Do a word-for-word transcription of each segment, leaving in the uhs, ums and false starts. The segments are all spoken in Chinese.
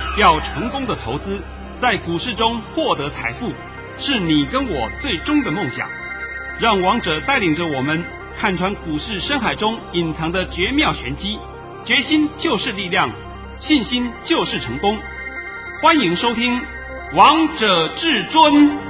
要成功的投资，在股市中获得财富，是你跟我最终的梦想。让王者带领着我们看穿股市深海中隐藏的绝妙玄机，决心就是力量，信心就是成功。欢迎收听《王者至尊》。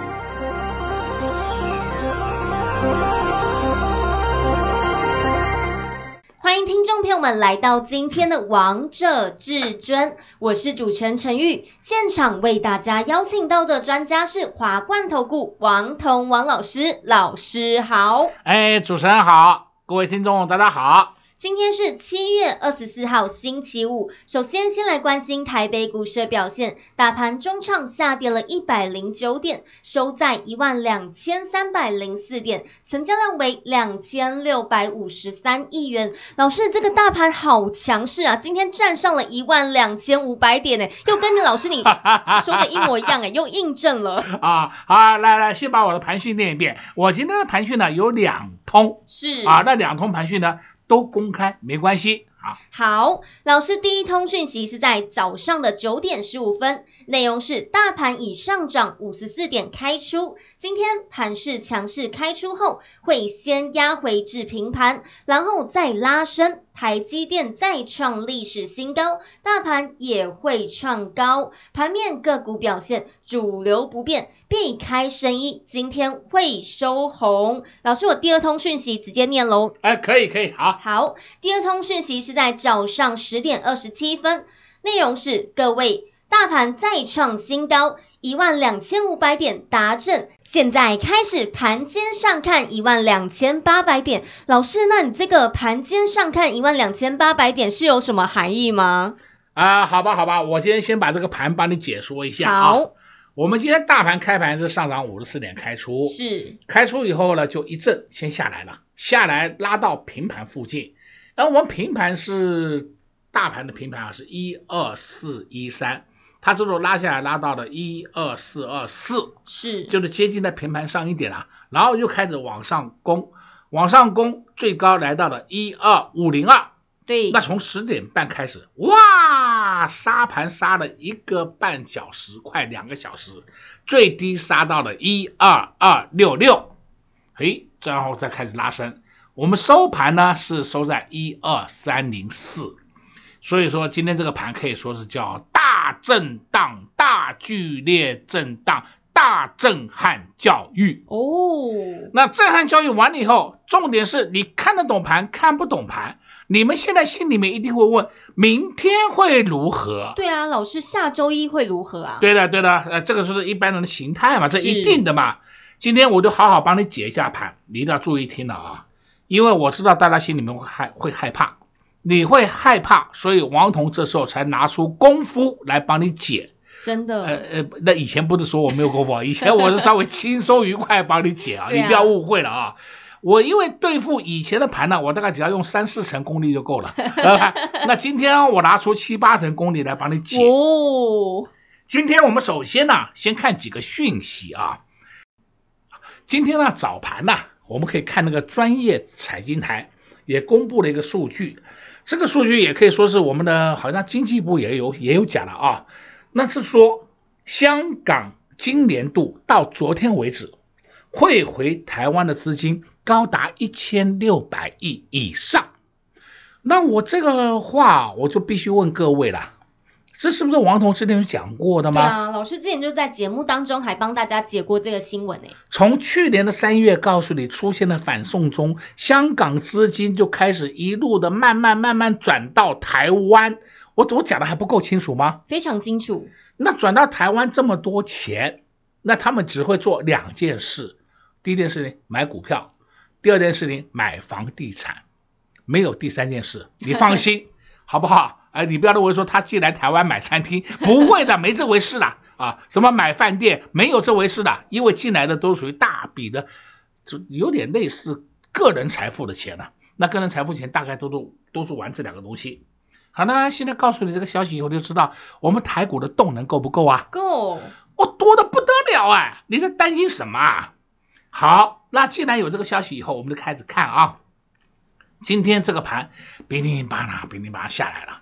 欢迎听众朋友们来到今天的王者至尊，我是主持人陈玉。现场为大家邀请到的专家是华冠投顾王彤王老师，老师好。 哎，主持人好，各位听众大家好。 今天是七月二十四号星期五，首先先来关心台北股市的表现，大盘中场下跌了一百零九点，收在一万两千三百零四点，成交量为两千六百五十三亿元。老师，这个大盘好强势啊，今天站上了一万两千五百点诶，又跟你老师你说的一模一样诶，又印证了。 啊，好，来来，先把我的盘讯念一遍。我今天的盘讯呢有两通， 是啊，那两通盘讯呢都公开，没关系。好， 好，老师第一通讯息是在早上的九点十五分，内容是大盘已上涨五十四点开出，今天盘势强势开出后，会先压回至平盘，然后再拉升，台积电再创历史新高，大盘也会创高。盘面个股表现，主流不变，避开生意，今天会收红。老师，我第二通讯息直接念喽。 哎，可以可以，好。 好，第二通讯息是在早上十点二十七分，内容是各位，大盘再创新高，一万两千五百点达阵，现在开始盘间上看一万两千八百点。老师，那你这个盘间上看一万两千八百点是有什么含义吗？ 啊，好吧好吧，我今天先把这个盘帮你解说一下啊。 好， 我们今天大盘开盘是上涨五十四点开出， 是开出以后呢就一阵先下来了，下来拉到平盘附近。而我们平盘是大盘的平盘啊，是一二四一三，它这种拉下来拉到了一二四二四， 是就是接近在平盘上一点了，然后又开始往上攻，往上攻最高来到了一二五零二， 对， 那从十点半开始，哇，杀盘杀了一个半小时，快两个小时，最低杀到了一二二六六，嘿，然后再开始拉升。我们收盘呢是收在一二三零四，所以说今天这个盘可以说是叫大震荡、大剧烈震荡、大震撼教育哦。 那震撼教育完了以后，重点是你看得懂盘看不懂盘，你们现在心里面一定会问，明天会如何？ 对啊，老师，下周一会如何啊？ 对的对的，呃，这个是一般人的形态嘛，这一定的嘛。今天我就好好帮你解一下盘，你一定要注意听了啊。因为我知道大家心里面会害会害怕，你会害怕，所以王彤这时候才拿出功夫来帮你解。 真的， 呃呃，那以前不是说我没有功夫啊，以前我是稍微轻松愉快帮你解啊，啊你不要误会了啊。我因为对付以前的盘呢，我大概只要用三四成功力就够了。那今天我拿出七八成功力来帮你解。 哦， 今天我们首先呢，先看几个讯息啊。今天呢早盘呢，我们可以看那个专业财经台也公布了一个数据，这个数据也可以说是我们的好像经济部也有也有讲了啊。那是说香港今年度到昨天为止汇回台湾的资金高达一千六百亿以上。那我这个话我就必须问各位了，这是不是王彤之前有讲过的吗？ 对啊，老师之前就在节目当中还帮大家解过这个新闻诶。 从去年的三月告诉你出现了反送中，香港资金就开始一路的慢慢慢慢转到台湾。我我讲的还不够清楚吗？ 非常清楚。 那转到台湾这么多钱，那他们只会做两件事，第一件事情买股票，第二件事情买房地产，没有第三件事，你放心好不好？哎，你不要认为说他进来台湾买餐厅，不会的，没这回事的啊！什么买饭店，没有这回事的，因为进来的都属于大笔的，就有点类似个人财富的钱了、啊。那个人财富钱大概都都都是玩这两个东西。好，那现在告诉你这个消息以后，就知道我们台股的动能够不够啊？ 够， 我多的不得了啊！你在担心什么啊？好，那既然有这个消息以后，我们就开始看啊。今天这个盘乒铃乓啷乒铃乓啷下来了。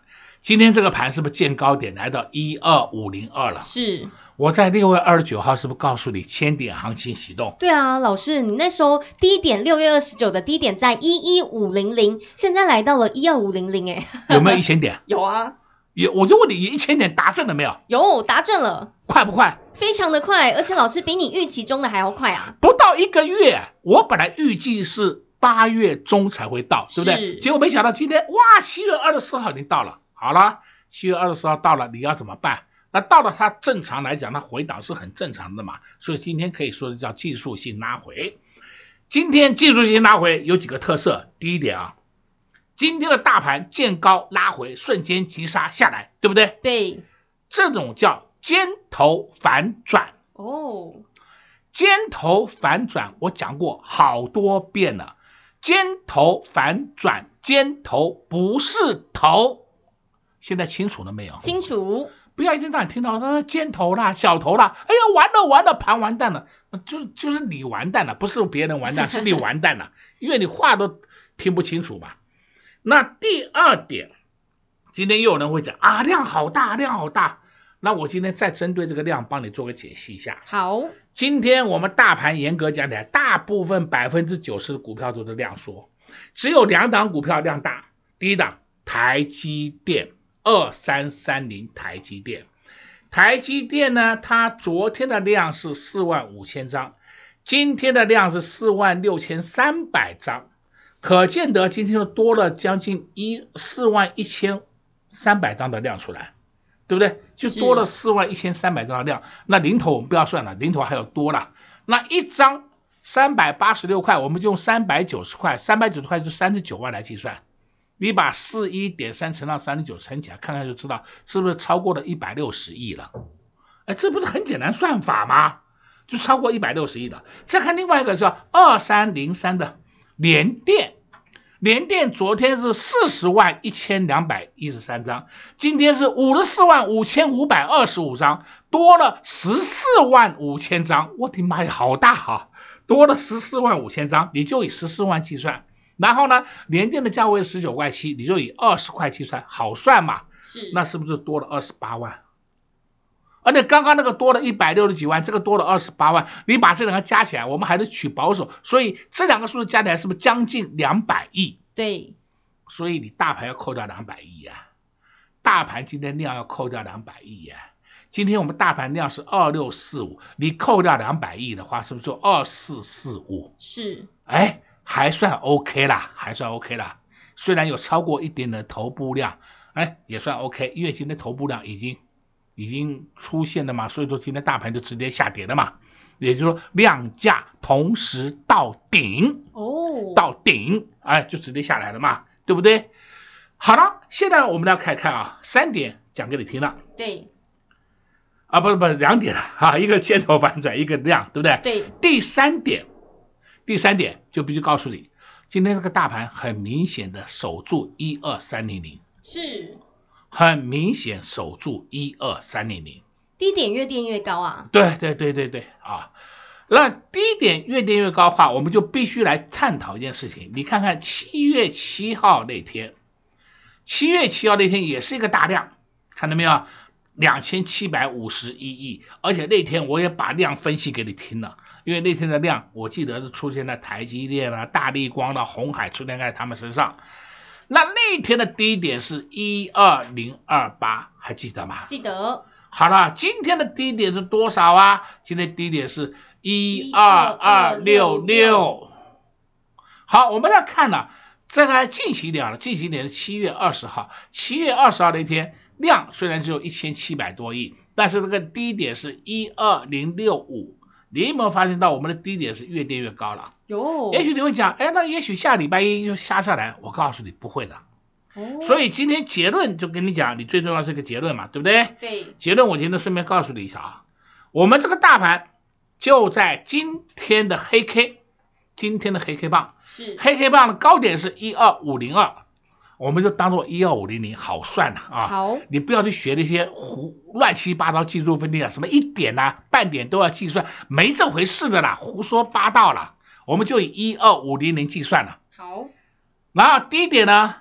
今天这个盘是不是见高点来到一二五零二了？ 是。 我在六月二十九号是不是告诉你千点行情启动？ 对啊，老师，你那时候低点六月二十九的低点在一一五零零，现在来到了一二五零零，哎， 有没有一千点？ 有啊。 有，我就问你，一千点达阵了没有？ 有，达阵了。 快不快？ 非常的快，而且老师比你预期中的还要快啊！ 不到一个月，我本来预计是八月中才会到，对不对？结果没想到今天，哇，七月二十四号已经到了。好了，七月二十四号到了，你要怎么办？那到了它正常来讲，它回档是很正常的嘛，所以今天可以说是叫技术性拉回。今天技术性拉回有几个特色，第一点啊，今天的大盘见高拉回，瞬间急杀下来，对不对？ 对， 这种叫尖头反转哦。 尖头反转我讲过好多遍了，尖头反转，尖头不是头，现在清楚了没有？ 清楚。 不要一天到晚听到呃尖头啦、小头啦，哎呀完了完了，盘完蛋了，就就是你完蛋了，不是别人完蛋，是你完蛋了，因为你话都听不清楚嘛。那第二点，今天又有人会讲啊量好大量好大，那我今天再针对这个量帮你做个解析一下。 好， 今天我们大盘严格讲起来，大部分百分之九十的股票都是量缩，只有两档股票量大，第一档台积电。二三三零台积电，台积电呢，它昨天的量是四万五千张，今天的量是四万六千三百张，可见得今天又多了将近一四万一千三百张的量出来，对不对？就多了四万一千三百张的量。那零头我们不要算了，零头还有多了。那一张三百八十六块，我们就用三百九十块，三百九十块就三十九万来计算。你把四十一点三乘上三十九乘起来，看看就知道是不是超过了一百六十亿了。哎，这不是很简单算法吗？就超过一百六十亿的。再看另外一个是二三零三的联电，联电昨天是四十万一千两百一十三张，今天是五十四万五千五百二十五张，多了十四万五千张。我的妈呀，好大哈！多了十四万五千张，你就以十四万计算。然后呢，联电的价位十九块七，你就以二十块计算，好算嘛？ 是， 那是不是多了二十八万？而且刚刚那个多了一百六十几万，这个多了二十八万，你把这两个加起来，我们还是取保守，所以这两个数字加起来是不是将近两百亿？ 对， 所以你大盘要扣掉两百亿啊，大盘今天量要扣掉两百亿啊。今天我们大盘量是二六四五，你扣掉两百亿的话，是不是就二四四五？ 是， 哎。还算 OK 啦，还算 OK 啦，虽然有超过一点的头部量，哎，也算 OK， 因为今天头部量已经已经出现了嘛，所以说今天大盘就直接下跌了嘛，也就是说量价同时到顶哦， 到顶，哎，就直接下来了嘛，对不对？好了，现在我们来看看啊，三点讲给你听了， 对， 啊，不是不是两点啊，一个尖头反转，一个量，对不对？ 对， 第三点。第三点就必须告诉你，今天这个大盘很明显的守住一二三零零， 是， 很明显守住一二三零零， 低点越垫越高啊。 对对对对对啊，那低点越垫越高的话，我们就必须来探讨一件事情。你看看七月七号那天，七月七号那天也是一个大量，看到没有？两千七百五十一亿，而且那天我也把量分析给你听了。因为那天的量我记得是出现在台积电啊、大立光啊、鸿海出现在他们身上，那那天的低点是一二零二八，还记得吗？ 记得。 好了，今天的低点是多少啊？今天低点是一二二六六。好，我们要看了，这个近期一点了，近期一点是七月二十号，七月二十号那天量虽然只有一千七百多亿，但是这个低点是一二零六五。你有没有发现到我们的低点是越跌越高了？ 有。 也许你会讲，哎，那也许下礼拜一就杀下来。我告诉你不会的。哦。所以今天结论就跟你讲，你最重要是一个结论嘛，对不对？ 对。 结论我今天顺便告诉你一下啊，我们这个大盘就在今天的黑 K， 今天的黑 K 棒是黑 K 棒的高点是一二五零二。我们就当做一二五零零好算了啊！ 好， 你不要去学那些胡乱七八糟技术分析啊，什么一点啊、半点都要计算，没这回事的啦，胡说八道了。我们就以一二五零零计算了。 好， 然后低点呢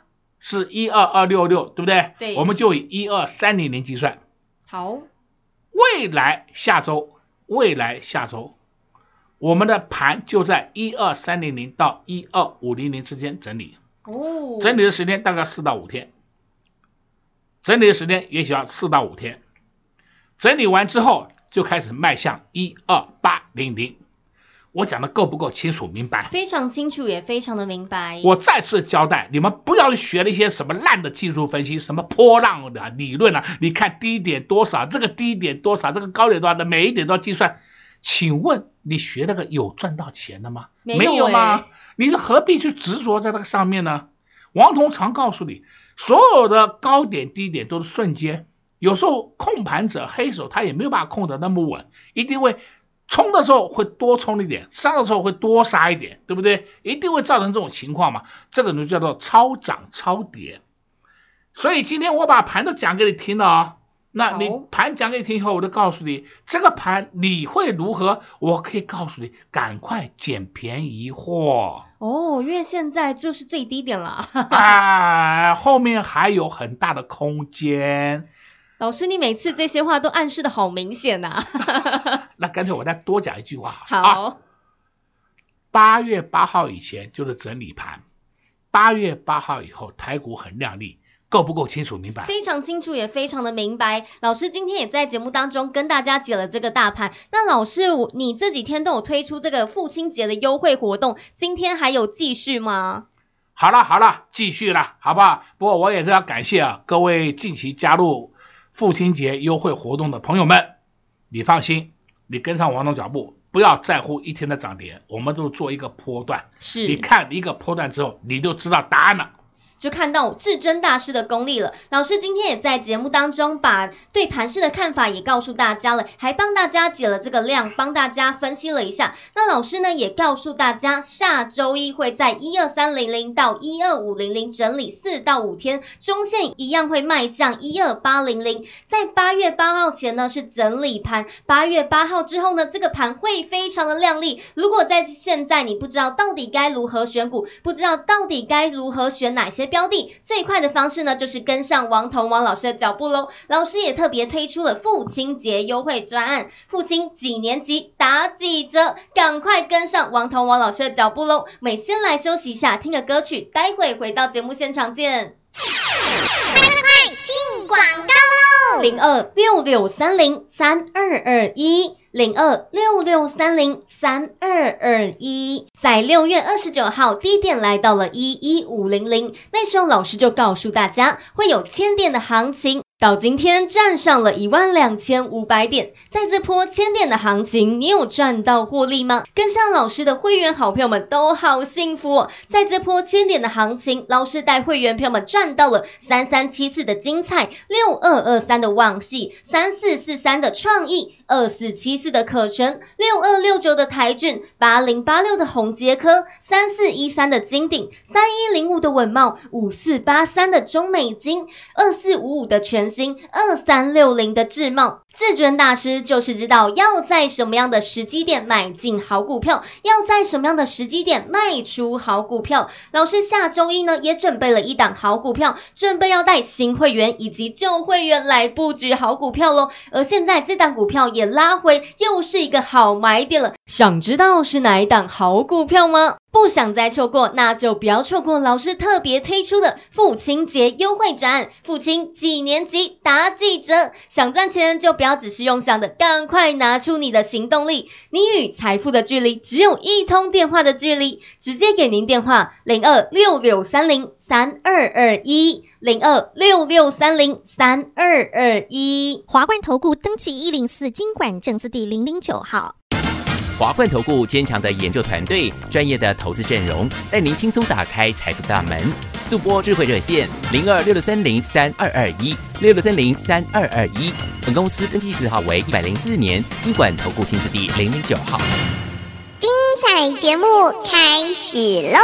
是一二二六六，对不对？ 对， 我们就以一二三零零计算。 好， 未来下周，未来下周，我们的盘就在一二三零零到一二五零零之间整理。 哦， 整理的时间大概四到五天，整理的时间也许要四到五天。整理完之后，就开始迈向一二八零零。我讲的够不够清楚明白？ 非常清楚，也非常的明白。 我再次交代，你们不要学那些什么烂的技术分析，什么波浪的理论啊，你看低点多少，这个低点多少，这个高点多少的，每一点都要计算。请问你学那个有赚到钱的吗？ 没有、 欸、没有吗？你何必去执着在那个上面呢？王彤常告诉你，所有的高点低点都是瞬间，有时候控盘者黑手他也没有办法控得那么稳，一定会冲的时候会多冲一点，杀的时候会多杀一点，对不对？一定会造成这种情况嘛，这个就叫做超涨超跌。所以今天我把盘都讲给你听了啊、哦，那你盘讲给你听以后，我就告诉你这个盘你会如何，我可以告诉你赶快捡便宜货哦，因为现在就是最低点了啊，后面还有很大的空间。 老师，你每次这些话都暗示的好明显呐、啊。 那干脆我再多讲一句话。 好， 八、啊、月八号以前就是整理盘，八月八号以后台股很亮丽，够不够清楚明白？ 非常清楚，也非常的明白。老师今天也在节目当中跟大家解了这个大盘。那老师，你这几天都有推出这个父亲节的优惠活动，今天还有继续吗？ 好了好了，继续了，好不好？不过我也是要感谢啊各位近期加入父亲节优惠活动的朋友们，你放心，你跟上王总脚步，不要在乎一天的涨跌，我们都做一个波段， 是， 你看一个波段之后，你就知道答案了。 就看到至臻大师的功力了。老师今天也在节目当中把对盘势的看法也告诉大家了，还帮大家解了这个量，帮大家分析了一下。那老师呢也告诉大家，下周一会在一二三零零到一二五零零整理四到五天，中线一样会迈向一二八零零。在八月八号前呢是整理盘，八月八号之后呢这个盘会非常的亮丽。如果在现在你不知道到底该如何选股，不知道到底该如何选哪些标的，最快的方式呢就是跟上王彤王老师的脚步咯。老师也特别推出了父亲节优惠专案，父亲几年级打几折，赶快跟上王彤王老师的脚步咯。我们先来休息一下，听个歌曲，待会回到节目现场见。 快快快进广告喽！ 零二六六三零三二二一零二六六三零三二二一，在六月二十九号低点来到了一一五零零，那时候老师就告诉大家会有千点的行情。到今天站上了一万两千五百点，在这波千点的行情，你有赚到获利吗？跟上老师的会员好朋友们都好幸福哦！在这波千点的行情，老师带会员朋友们赚到了三三七四的精彩，六二二三的旺系，三四四三的创意，二四七四的可成，六二六九的台骏，八零八六的宏捷科，三四一三的金鼎，三一零五的稳懋，五四八三的中美金，二四五五的全新，二三六零的智茂。至尊大师就是知道要在什么样的时机点买进好股票，要在什么样的时机点卖出好股票。老师下周一呢也准备了一档好股票，准备要带新会员以及旧会员来布局好股票咯。而现在这档股票也拉回，又是一个好买点了。想知道是哪一档好股票吗？不想再错过，那就不要错过老师特别推出的父亲节优惠专案，父亲几年级打几折。想赚钱就不要只是用想的，赶快拿出你的行动力。你与财富的距离只有一通电话的距离，直接给您电话零二六六三零三二二一 零二六六三零三二二一。 华冠投顾登记一零四金管证字第零零九号。 华冠投顾坚强的研究团队，专业的投资阵容，带您轻松打开财富大门。速播智慧热线零二六六三零三二二一 六六三零三二二一。本公司登记字号为一百零四年金管投顾新字第零零九号。 精彩节目开始喽！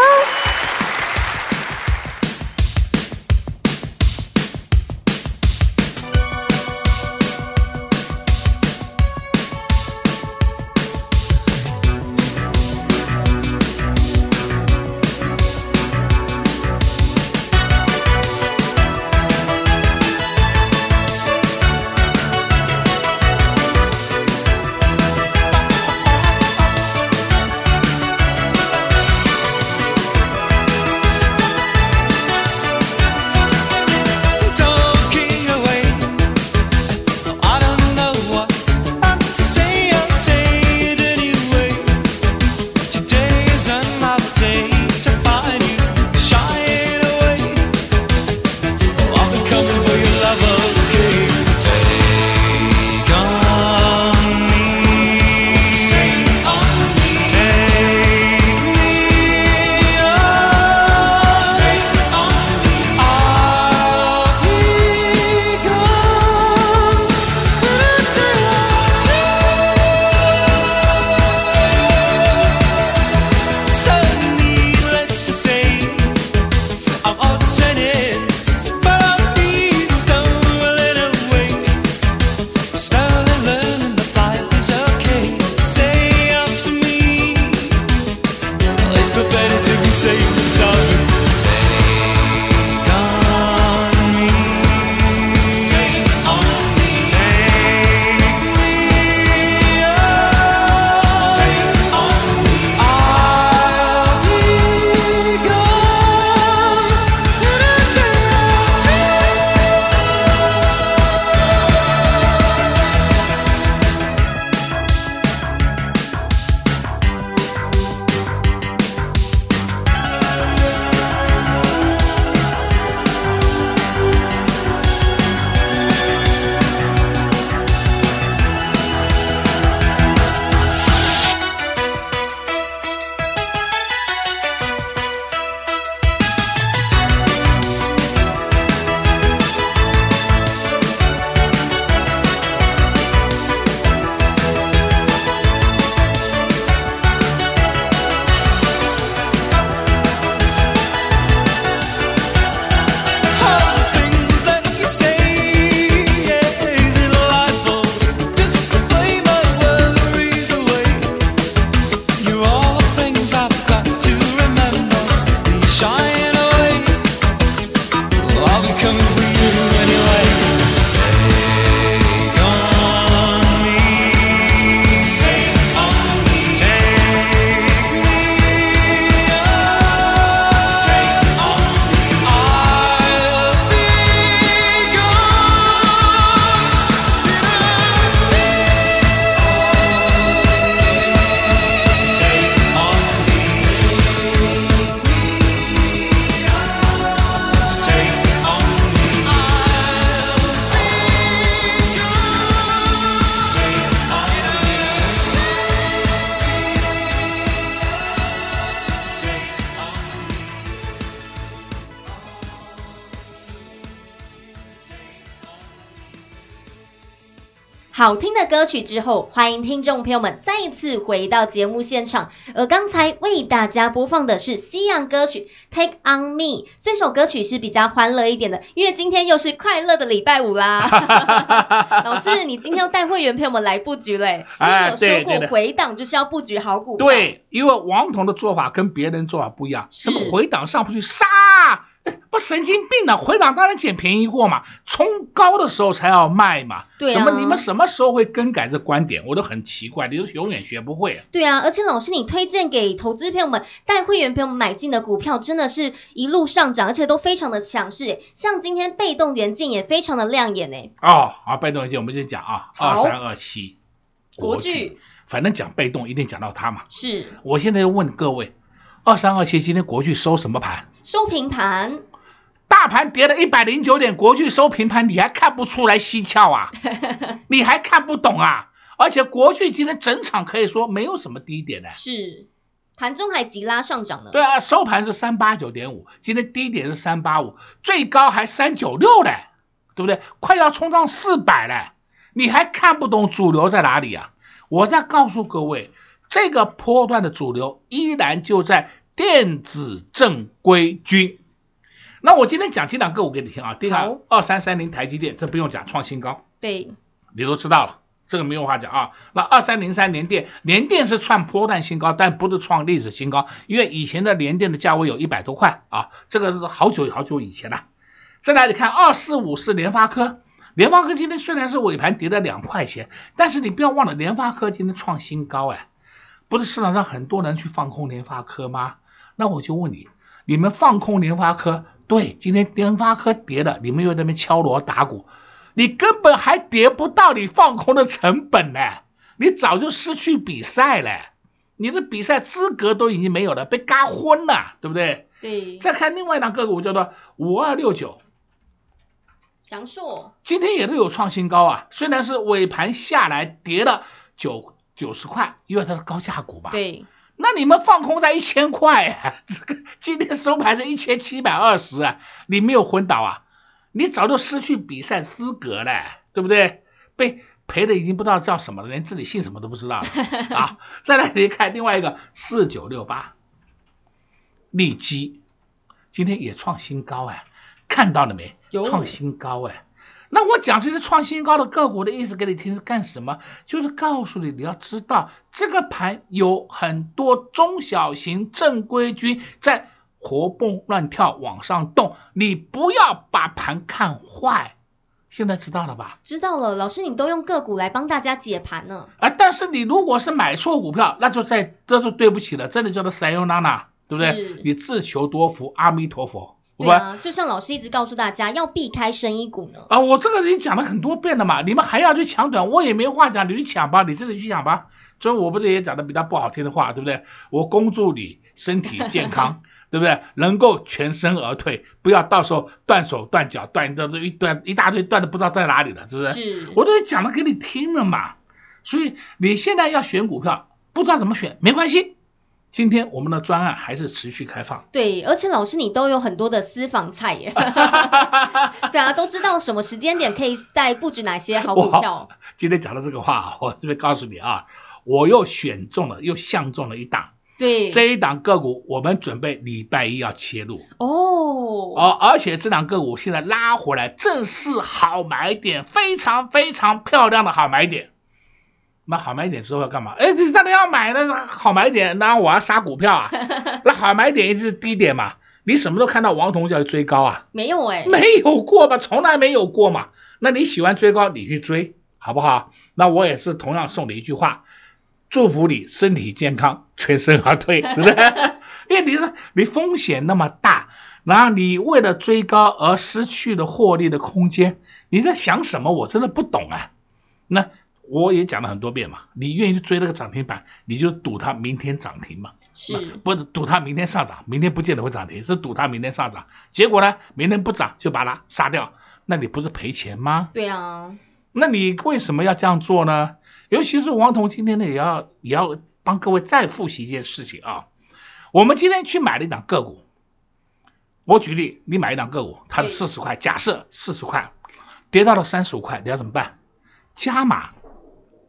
好听的歌曲之后，欢迎听众朋友们再次回到节目现场。而刚才为大家播放的是西洋歌曲 Take on Me， 这首歌曲是比较欢乐一点的，因为今天又是快乐的礼拜五啦。老师，你今天要带会员朋友们来布局嘞，因为你有说过回档就是要布局好股票。 对，因为王彤的做法跟别人做法不一样，什么回档上不去杀。不神经病的，回档当然捡便宜货嘛，冲高的时候才要卖嘛。 对啊， 怎么你们什么时候会更改这观点？我都很奇怪，你都永远学不会。 对啊，而且老师你推荐给投资朋友们、带会员朋友们买进的股票，真的是一路上涨，而且都非常的强势。像今天被动元件也非常的亮眼诶。 哦，好，被动元件我们就讲啊，二三二七国巨， 反正讲被动一定讲到它嘛。 是， 我现在要问各位，二三二七今天国巨收什么盘？ 收平盘。 大盘跌了一百零九点，国巨收平盘，你还看不出来蹊跷啊？你还看不懂啊？而且国巨今天整场可以说没有什么低点的， 是盘中还急拉上涨呢。 对啊，收盘是三八九点五，今天低点是三八五，最高还三九六嘞，对不对？快要冲上四百了，你还看不懂主流在哪里啊？我再告诉各位，这个波段的主流依然就在电子正规军。那我今天讲几档个股给你听啊，第一个二三三零台积电，这不用讲，创新高， 对， 你都知道了，这个没有话讲啊。那二三零三联电，联电是创波段新高，但不是创历史新高，因为以前的联电的价位有一百多块啊，这个是好久好久以前了。再来你看二四五是联发科，联发科今天虽然是尾盘跌了两块钱，但是你不要忘了联发科今天创新高哎，不是市场上很多人去放空联发科吗？那我就问你，你们放空联发科？对，今天联发科跌了，你们又在那边敲锣打鼓，你根本还跌不到你放空的成本呢，你早就失去比赛了，你的比赛资格都已经没有了，被嘎昏了，对不对？ 对。 再看另外一档个股叫做五二六九， 祥硕， 今天也都有创新高啊，虽然是尾盘下来跌了九九十块，因为它是高价股嘛。 对。 那你们放空在一千块啊，这个今天收盘是一千七百二十啊，你没有昏倒啊？你早就失去比赛资格了，对不对？被赔的已经不知道叫什么了，连自己姓什么都不知道了啊！再来你看另外一个四九六八，利基今天也创新高哎，看到了没？创新高哎。那我讲这些创新高的个股的意思给你听是干什么？就是告诉你，你要知道这个盘有很多中小型正规军在活蹦乱跳往上动，你不要把盘看坏。现在知道了吧？ 知道了，老师你都用个股来帮大家解盘呢。 啊，但是你如果是买错股票，那就在这就对不起了，真的叫做塞尤娜娜，对不对？你自求多福，阿弥陀佛。 对啊，就像老师一直告诉大家要避开生意股呢。 啊，我这个已经讲了很多遍了嘛，你们还要去抢短，我也没话讲，你去抢吧，你自己去抢吧。所以我不是也讲的比较不好听的话，对不对？我恭祝你身体健康，对不对？能够全身而退，不要到时候断手断脚断的一断一大堆断的不知道在哪里了，是不是？ 是。 我都讲了给你听了嘛。所以你现在要选股票，不知道怎么选，没关系。今天我们的专案还是持续开放。 对，而且老师你都有很多的私房菜耶。对啊，都知道什么时间点可以再布局哪些好股票。 今天讲的这个话，我这边告诉你啊，我又选中了，又相中了一档。 对， 这一档个股我们准备礼拜一要切入。 哦。 哦，而且这档个股现在拉回来，正是好买点，非常非常漂亮的好买点。那好买点之后要干嘛？哎，你当然要买那好买点，那我要杀股票啊。那好买点一直是低点嘛，你什么时候看到王彤叫你追高啊？ 没有哎、欸， 没有过吧，从来没有过嘛。那你喜欢追高，你去追，好不好？那我也是同样送你一句话，祝福你身体健康，全身而退，对不对？因为你是你风险那么大，然后你为了追高而失去了获利的空间，你在想什么？我真的不懂啊。那我也讲了很多遍嘛，你愿意去追那个涨停板，你就赌它明天涨停嘛， 是不是赌它明天上涨，明天不见得会涨停，是赌它明天上涨，结果呢，明天不涨就把它杀掉，那你不是赔钱吗？ 对啊， 那你为什么要这样做呢？尤其是王彤今天呢，也要也要帮各位再复习一件事情啊，我们今天去买了一档个股，我举例，你买一档个股，它是四十块，假设四十块，跌到了三十五块，你要怎么办？加码。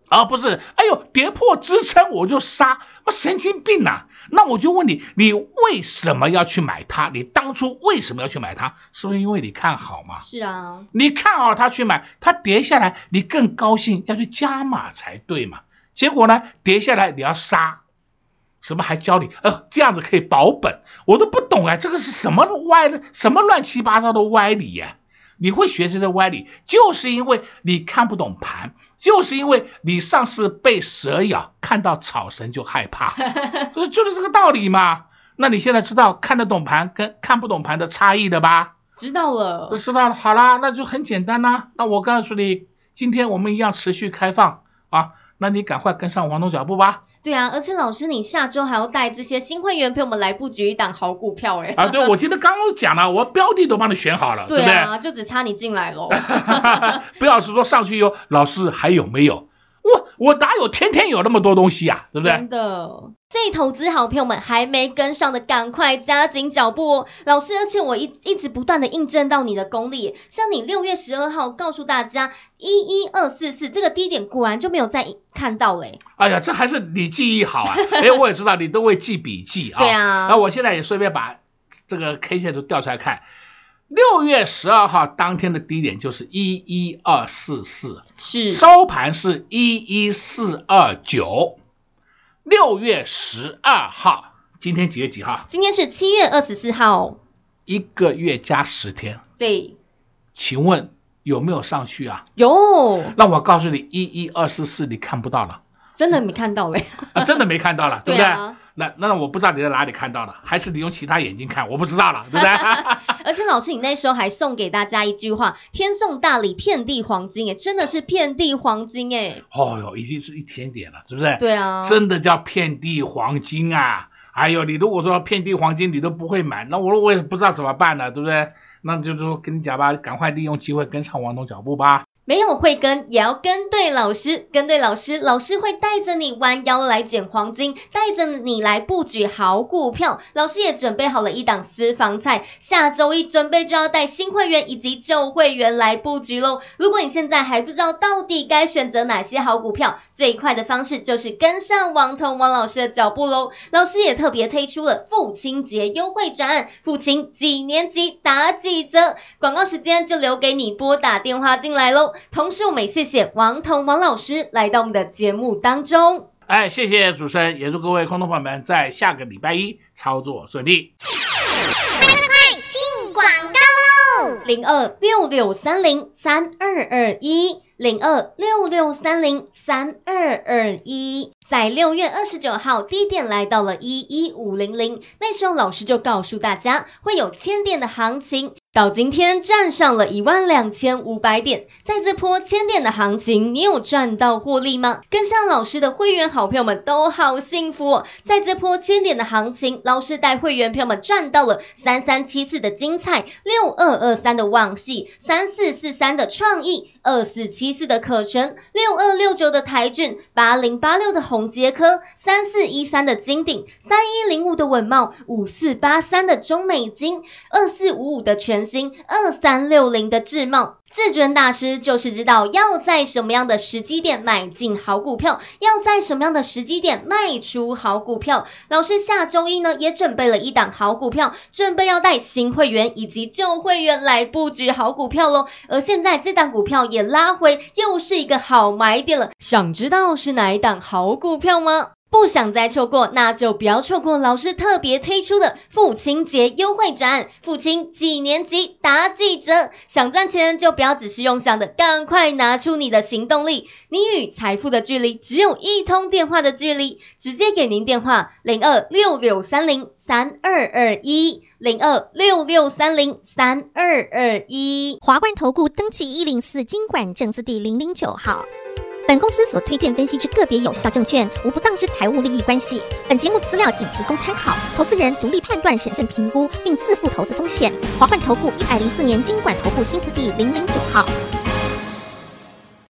而不是哎呦跌破支撑我就杀，我神经病啊！那我就问你，你为什么要去买它？你当初为什么要去买它？是不是因为你看好吗？ 是啊， 你看好它去买，它跌下来你更高兴，要去加码才对嘛。结果呢，跌下来你要杀，什么还教你呃这样子可以保本，我都不懂啊，这个是什么歪的，什么乱七八糟的歪理呀、啊？你会学这些歪理，就是因为你看不懂盘，就是因为你上次被蛇咬，看到草绳就害怕，就是这个道理嘛。那你现在知道看得懂盘跟看不懂盘的差异了吧？ 知道了， 知道了。好啦，那就很简单啦。那我告诉你，今天我们一样持续开放啊，那你赶快跟上王董脚步吧。 对啊，而且老师你下周还要带这些新会员陪我们来布局一档好股票哎。 啊，对，我今天刚刚讲了，我标的都帮你选好了， 对啊， 对不对？ 就只差你进来咯。 不要是说上去有老师还有没有？我我哪有天天有那么多东西啊，对不对？ 真的，所以投资好朋友们还没跟上的，赶快加紧脚步哦，老师！而且我一一直不断的印证到你的功力，像你六月十二号告诉大家一一二四四这个低点，果然就没有再看到嘞。 哎呀，这还是你记忆好啊！哎，我也知道你都会记笔记啊。 对啊。 那我现在也顺便把这个 K 线图调出来看。六月十二号当天的低点就是一一二四四， 是收盘是一一四二九。六月十二号，今天几月几号？ 今天是七月二十四号， 一个月加十天。 对， 请问有没有上去啊？ 有。 那我告诉你，一一二四四你看不到了， 真的没看到嘞、 啊，真的没看到了，对不对？ 对啊、 那那我不知道你在哪里看到了，还是你用其他眼睛看，我不知道了，对不对？ 而且老师，你那时候还送给大家一句话：天送大礼，遍地黄金，哎，真的是遍地黄金，哎。 哦哟，已经是一千点了，是不是？ 对啊， 真的叫遍地黄金啊！哎呦，你如果说遍地黄金你都不会买，那我我也不知道怎么办了，对不对？那就是说跟你讲吧，赶快利用机会跟上王董脚步吧。 没有会跟，也要跟对老师，跟对老师，老师会带着你弯腰来捡黄金，带着你来布局好股票。老师也准备好了一档私房菜，下周一准备就要带新会员以及旧会员来布局咯。如果你现在还不知道到底该选择哪些好股票，最快的方式就是跟上王彤王老师的脚步咯。老师也特别推出了父亲节优惠专案，父亲几年级打几折，广告时间就留给你拨打电话进来咯。同时我们也谢谢王彤王老师来到我们的节目当中。 哎，谢谢主持人，也祝各位空头朋友们在下个礼拜一操作顺利。 快快快进广告喽！ 零二六六三零三二二一零二六六三零三二二一。在六月二十九号低点来到了一一五零零，那时候老师就告诉大家会有千点的行情，到今天站上了一万两千五百点，在这波千点的行情，你有赚到获利吗？跟上老师的会员好朋友们都好幸福哦，在这波千点的行情，老师带会员朋友们赚到了三三七四的精彩，六二二三的旺系，三四四三的创意，二四七四的可成，六二六九的台骏，八零八六的宏捷科，三四一三的金鼎，三一零五的稳懋，五四八三的中美金，二四五五的全新，二三六零的智茂。至尊大师就是知道要在什么样的时机点买进好股票，要在什么样的时机点卖出好股票。老师下周一呢也准备了一档好股票，准备要带新会员以及旧会员来布局好股票咯。而现在这档股票也拉回，又是一个好买点了。想知道是哪一档好股票吗？不想再错过，那就不要错过老师特别推出的父亲节优惠专案，父亲几年级打几折。想赚钱就不要只是用想的，赶快拿出你的行动力。你与财富的距离只有一通电话的距离，直接给您电话零二六六三零三二二一 零二六六三零三二二一。 华冠投顾登记一零四金管证字第零零九号。本公司所推荐分析之个别有效证券，无不当之财务利益关系。本节目资料仅提供参考，投资人独立判断、审慎评估，并自负投资风险。华冠投顾一百零四年金管投顾新字第零零九号。